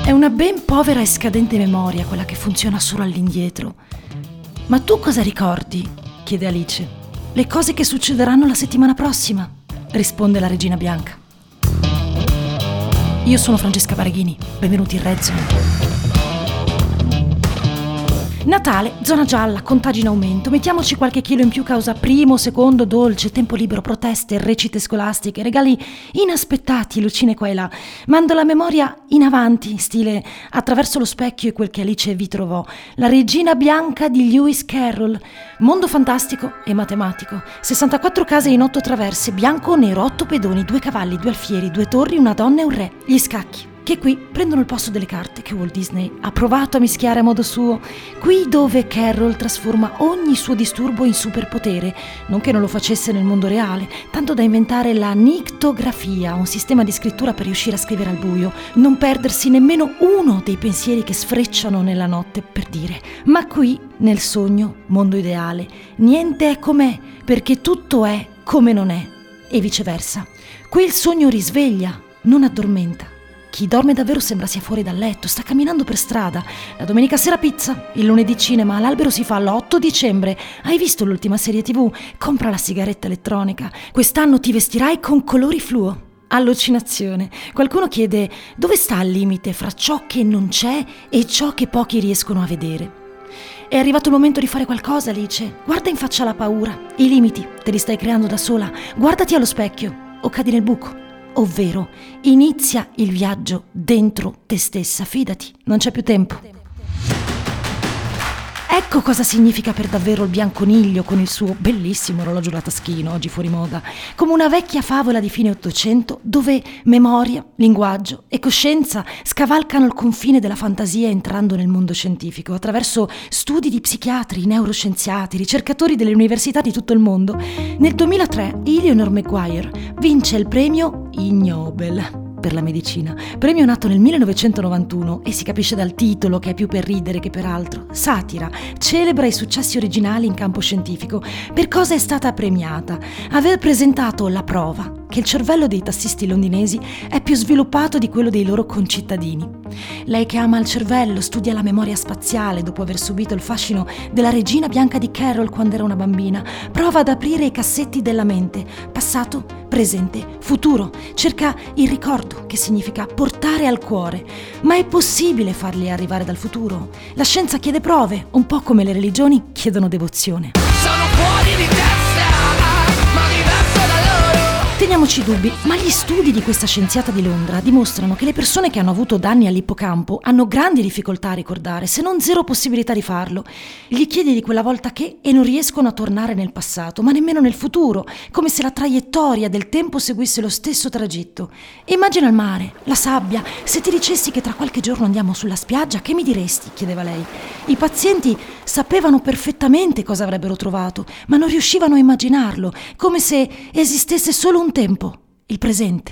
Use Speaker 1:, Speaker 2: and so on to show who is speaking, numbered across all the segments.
Speaker 1: È una ben povera e scadente memoria quella che funziona solo all'indietro. Ma tu cosa ricordi? Chiede Alice. Le cose che succederanno la settimana prossima, risponde la regina bianca. Io sono Francesca Paraghini, benvenuti in Red Zone. Natale, zona gialla, contagi in aumento, mettiamoci qualche chilo in più causa primo, secondo, dolce, tempo libero, proteste, recite scolastiche, regali inaspettati, lucine qua e là. Mando la memoria in avanti, stile Attraverso lo specchio e quel che Alice vi trovò, La regina bianca di Lewis Carroll, mondo fantastico e matematico, 64 case in 8 traverse, bianco o nero, 8 pedoni, 2 cavalli, 2 alfieri, 2 torri, una donna e un re, gli scacchi, che qui prendono il posto delle carte che Walt Disney ha provato a mischiare a modo suo, qui dove Carroll trasforma ogni suo disturbo in superpotere, non che non lo facesse nel mondo reale, tanto da inventare la nictografia, un sistema di scrittura per riuscire a scrivere al buio, non perdersi nemmeno uno dei pensieri che sfrecciano nella notte, per dire. Ma qui, nel sogno, mondo ideale, niente è com'è, perché tutto è come non è, e viceversa. Qui il sogno risveglia, non addormenta. Chi dorme davvero sembra sia fuori dal letto, sta camminando per strada. La domenica sera pizza, il lunedì cinema, l'albero si fa l'8 dicembre. Hai visto l'ultima serie TV? Compra la sigaretta elettronica. Quest'anno ti vestirai con colori fluo. Allucinazione. Qualcuno chiede dove sta il limite fra ciò che non c'è e ciò che pochi riescono a vedere. È arrivato il momento di fare qualcosa, Alice. Guarda in faccia la paura. I limiti te li stai creando da sola. Guardati allo specchio o cadi nel buco. Ovvero, inizia il viaggio dentro te stessa, fidati, non c'è più tempo. Ecco cosa significa per davvero il bianconiglio con il suo bellissimo orologio da taschino, oggi fuori moda, come una vecchia favola di fine Ottocento dove memoria, linguaggio e coscienza scavalcano il confine della fantasia entrando nel mondo scientifico attraverso studi di psichiatri, neuroscienziati, ricercatori delle università di tutto il mondo. Nel 2003 Eleanor Maguire vince il premio Ig Nobel per la medicina, premio nato nel 1991 e si capisce dal titolo che è più per ridere che per altro. Satira, celebra i successi originali in campo scientifico. Per cosa è stata premiata? Aver presentato la prova che il cervello dei tassisti londinesi è più sviluppato di quello dei loro concittadini. Lei che ama il cervello studia la memoria spaziale dopo aver subito il fascino della regina bianca di Carroll quando era una bambina, prova ad aprire i cassetti della mente, passato, presente, futuro, cerca il ricordo, che significa portare al cuore. Ma è possibile farli arrivare dal futuro? La scienza chiede prove, un po' come le religioni chiedono devozione. Sono fuori di testa, ma diverso da loro. Teniamoci dubbi, ma gli studi di questa scienziata di Londra dimostrano che le persone che hanno avuto danni all'ippocampo hanno grandi difficoltà a ricordare, se non zero possibilità di farlo. Gli chiedi di quella volta che e non riescono a tornare nel passato, ma nemmeno nel futuro, come se la traiettoria del tempo seguisse lo stesso tragitto. Immagina il mare, la sabbia. Se ti dicessi che tra qualche giorno andiamo sulla spiaggia, che mi diresti? Chiedeva lei. I pazienti sapevano perfettamente cosa avrebbero trovato, ma non riuscivano a immaginarlo, come se esistesse solo un tempo, il presente.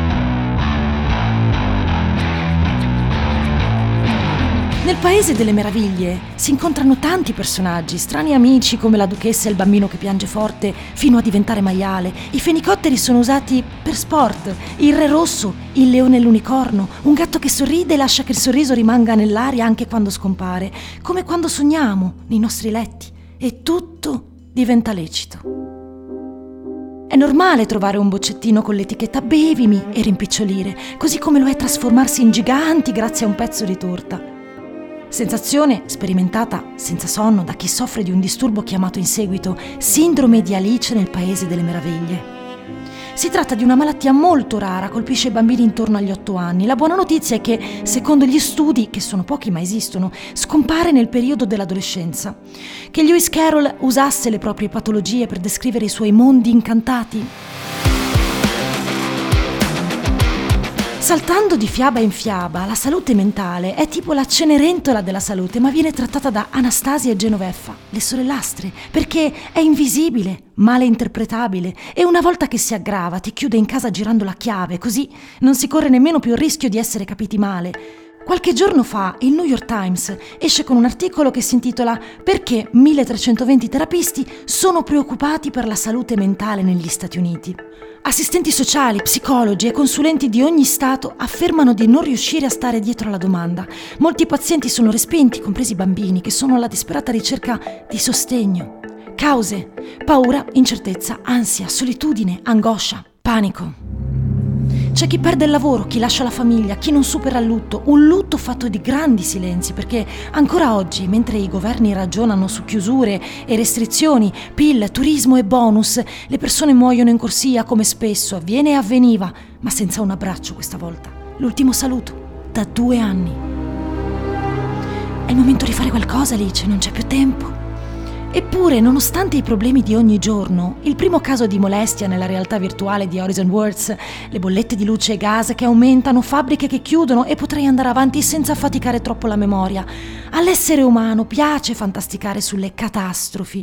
Speaker 1: Nel Paese delle Meraviglie si incontrano tanti personaggi, strani amici come la duchessa e il bambino che piange forte fino a diventare maiale. I fenicotteri sono usati per sport, il re rosso, il leone e l'unicorno, un gatto che sorride e lascia che il sorriso rimanga nell'aria anche quando scompare, come quando sogniamo nei nostri letti e tutto diventa lecito. È normale trovare un boccettino con l'etichetta bevimi e rimpicciolire, così come lo è trasformarsi in giganti grazie a un pezzo di torta. Sensazione sperimentata senza sonno da chi soffre di un disturbo chiamato in seguito sindrome di Alice nel Paese delle Meraviglie. Si tratta di una malattia molto rara, colpisce i bambini intorno agli 8 anni. La buona notizia è che, secondo gli studi, che sono pochi ma esistono, scompare nel periodo dell'adolescenza. Che Lewis Carroll usasse le proprie patologie per descrivere i suoi mondi incantati? Saltando di fiaba in fiaba, la salute mentale è tipo la Cenerentola della salute, ma viene trattata da Anastasia e Genoveffa, le sorellastre, perché è invisibile, male interpretabile e una volta che si aggrava ti chiude in casa girando la chiave, così non si corre nemmeno più il rischio di essere capiti male. Qualche giorno fa il New York Times esce con un articolo che si intitola «Perché 1320 terapisti sono preoccupati per la salute mentale negli Stati Uniti». Assistenti sociali, psicologi e consulenti di ogni stato affermano di non riuscire a stare dietro alla domanda. Molti pazienti sono respinti, compresi i bambini, che sono alla disperata ricerca di sostegno. Cause: paura, incertezza, ansia, solitudine, angoscia, panico. C'è chi perde il lavoro, chi lascia la famiglia, chi non supera il lutto, un lutto fatto di grandi silenzi, perché ancora oggi, mentre i governi ragionano su chiusure e restrizioni, PIL, turismo e bonus, le persone muoiono in corsia come spesso avviene e avveniva, ma senza un abbraccio questa volta. L'ultimo saluto, da 2 anni. È il momento di fare qualcosa, Alice, non c'è più tempo. Eppure, nonostante i problemi di ogni giorno, il primo caso di molestia nella realtà virtuale di Horizon Worlds, le bollette di luce e gas che aumentano, fabbriche che chiudono e potrei andare avanti senza affaticare troppo la memoria. All'essere umano piace fantasticare sulle catastrofi.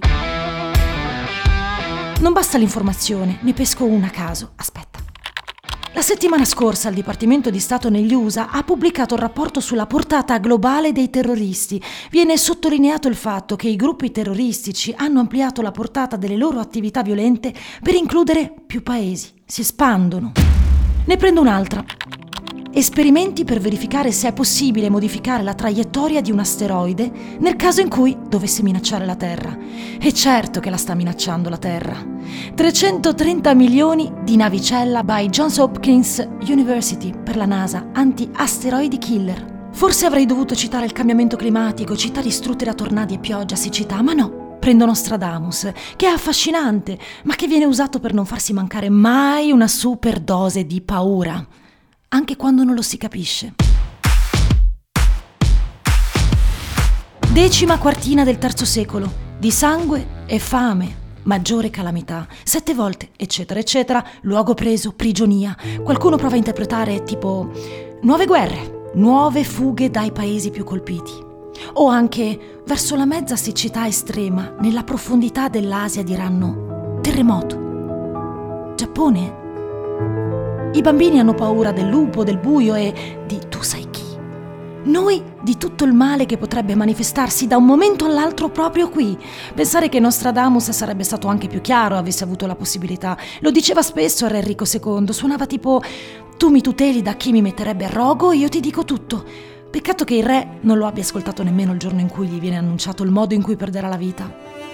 Speaker 1: Non basta l'informazione, ne pesco una a caso. Aspetta. La settimana scorsa il Dipartimento di Stato negli USA ha pubblicato un rapporto sulla portata globale dei terroristi. Viene sottolineato il fatto che i gruppi terroristici hanno ampliato la portata delle loro attività violente per includere più paesi. Si espandono. Ne prendo un'altra. Esperimenti per verificare se è possibile modificare la traiettoria di un asteroide nel caso in cui dovesse minacciare la Terra. E certo che la sta minacciando la Terra. 330 milioni di navicella by Johns Hopkins University per la NASA, anti-asteroidi killer. Forse avrei dovuto citare il cambiamento climatico, città distrutte da tornadi e pioggia, siccità, ma no. Prendo Nostradamus, che è affascinante, ma che viene usato per non farsi mancare mai una super dose di paura. Anche quando non lo si capisce. 10ª quartina del III secolo, di sangue e fame, maggiore calamità, 7 volte, eccetera, eccetera, luogo preso, prigionia. Qualcuno prova a interpretare tipo nuove guerre, nuove fughe dai paesi più colpiti. O anche verso la mezza siccità estrema, nella profondità dell'Asia diranno terremoto. Giappone? I bambini hanno paura del lupo, del buio e di tu sai chi. Noi di tutto il male che potrebbe manifestarsi da un momento all'altro proprio qui. Pensare che Nostradamus sarebbe stato anche più chiaro avesse avuto la possibilità. Lo diceva spesso a Re Enrico II, suonava tipo tu mi tuteli da chi mi metterebbe a rogo, io ti dico tutto. Peccato che il re non lo abbia ascoltato nemmeno il giorno in cui gli viene annunciato il modo in cui perderà la vita.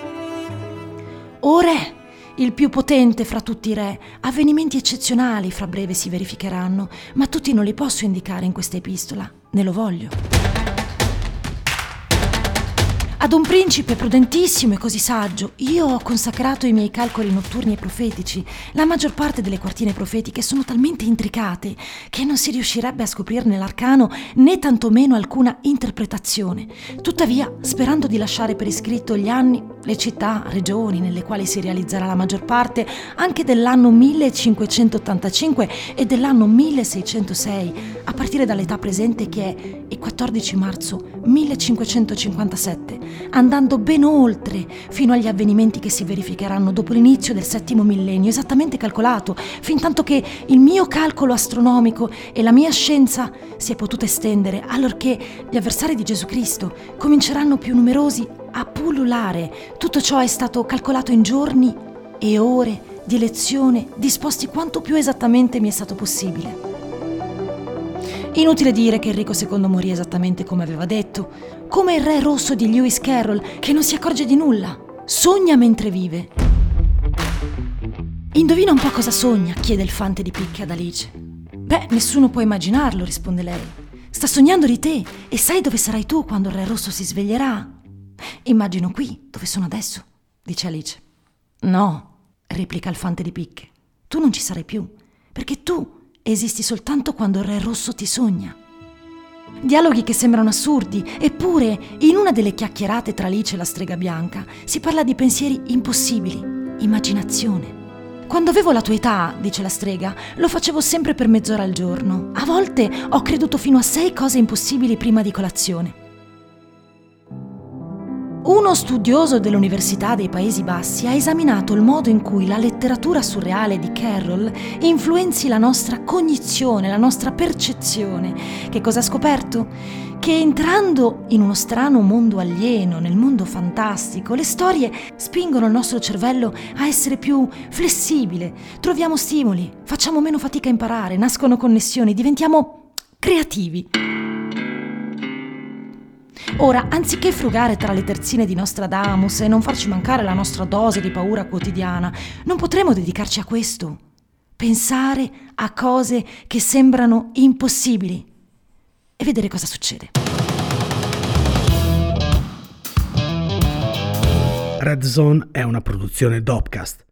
Speaker 1: O re, il più potente fra tutti i re, avvenimenti eccezionali fra breve si verificheranno, ma tutti non li posso indicare in questa epistola, né lo voglio. Ad un principe prudentissimo e così saggio, io ho consacrato i miei calcoli notturni e profetici. La maggior parte delle quartine profetiche sono talmente intricate che non si riuscirebbe a scoprirne l'arcano né tantomeno alcuna interpretazione. Tuttavia, sperando di lasciare per iscritto gli anni, le città, regioni nelle quali si realizzerà la maggior parte, anche dell'anno 1585 e dell'anno 1606, a partire dall'età presente che è il 14 marzo 1557, andando ben oltre fino agli avvenimenti che si verificheranno dopo l'inizio del 7° millennio, esattamente calcolato, fin tanto che il mio calcolo astronomico e la mia scienza si è potuta estendere, allorché gli avversari di Gesù Cristo cominceranno più numerosi a pullulare. Tutto ciò è stato calcolato in giorni e ore di lezione, disposti quanto più esattamente mi è stato possibile. Inutile dire che Enrico II morì esattamente come aveva detto, come il re rosso di Lewis Carroll, che non si accorge di nulla, sogna mentre vive. Indovina un po' cosa sogna, chiede il fante di picche ad Alice. Beh, nessuno può immaginarlo, risponde lei. Sta sognando di te e sai dove sarai tu quando il re rosso si sveglierà? Immagino qui, dove sono adesso, dice Alice. No, replica il fante di picche, tu non ci sarai più, perché tu esisti soltanto quando il re rosso ti sogna. Dialoghi che sembrano assurdi, eppure in una delle chiacchierate tra Alice e la strega bianca si parla di pensieri impossibili, immaginazione. Quando avevo la tua età, dice la strega, lo facevo sempre per mezz'ora al giorno. A volte ho creduto fino a 6 cose impossibili prima di colazione. Uno studioso dell'Università dei Paesi Bassi ha esaminato il modo in cui la letteratura surreale di Carroll influenzi la nostra cognizione, la nostra percezione. Che cosa ha scoperto? Che entrando in uno strano mondo alieno, nel mondo fantastico, le storie spingono il nostro cervello a essere più flessibile, troviamo stimoli, facciamo meno fatica a imparare, nascono connessioni, diventiamo creativi. Ora, anziché frugare tra le terzine di Nostradamus e non farci mancare la nostra dose di paura quotidiana, non potremo dedicarci a questo? Pensare a cose che sembrano impossibili e vedere cosa succede.
Speaker 2: Red Zone è una produzione Dopcast.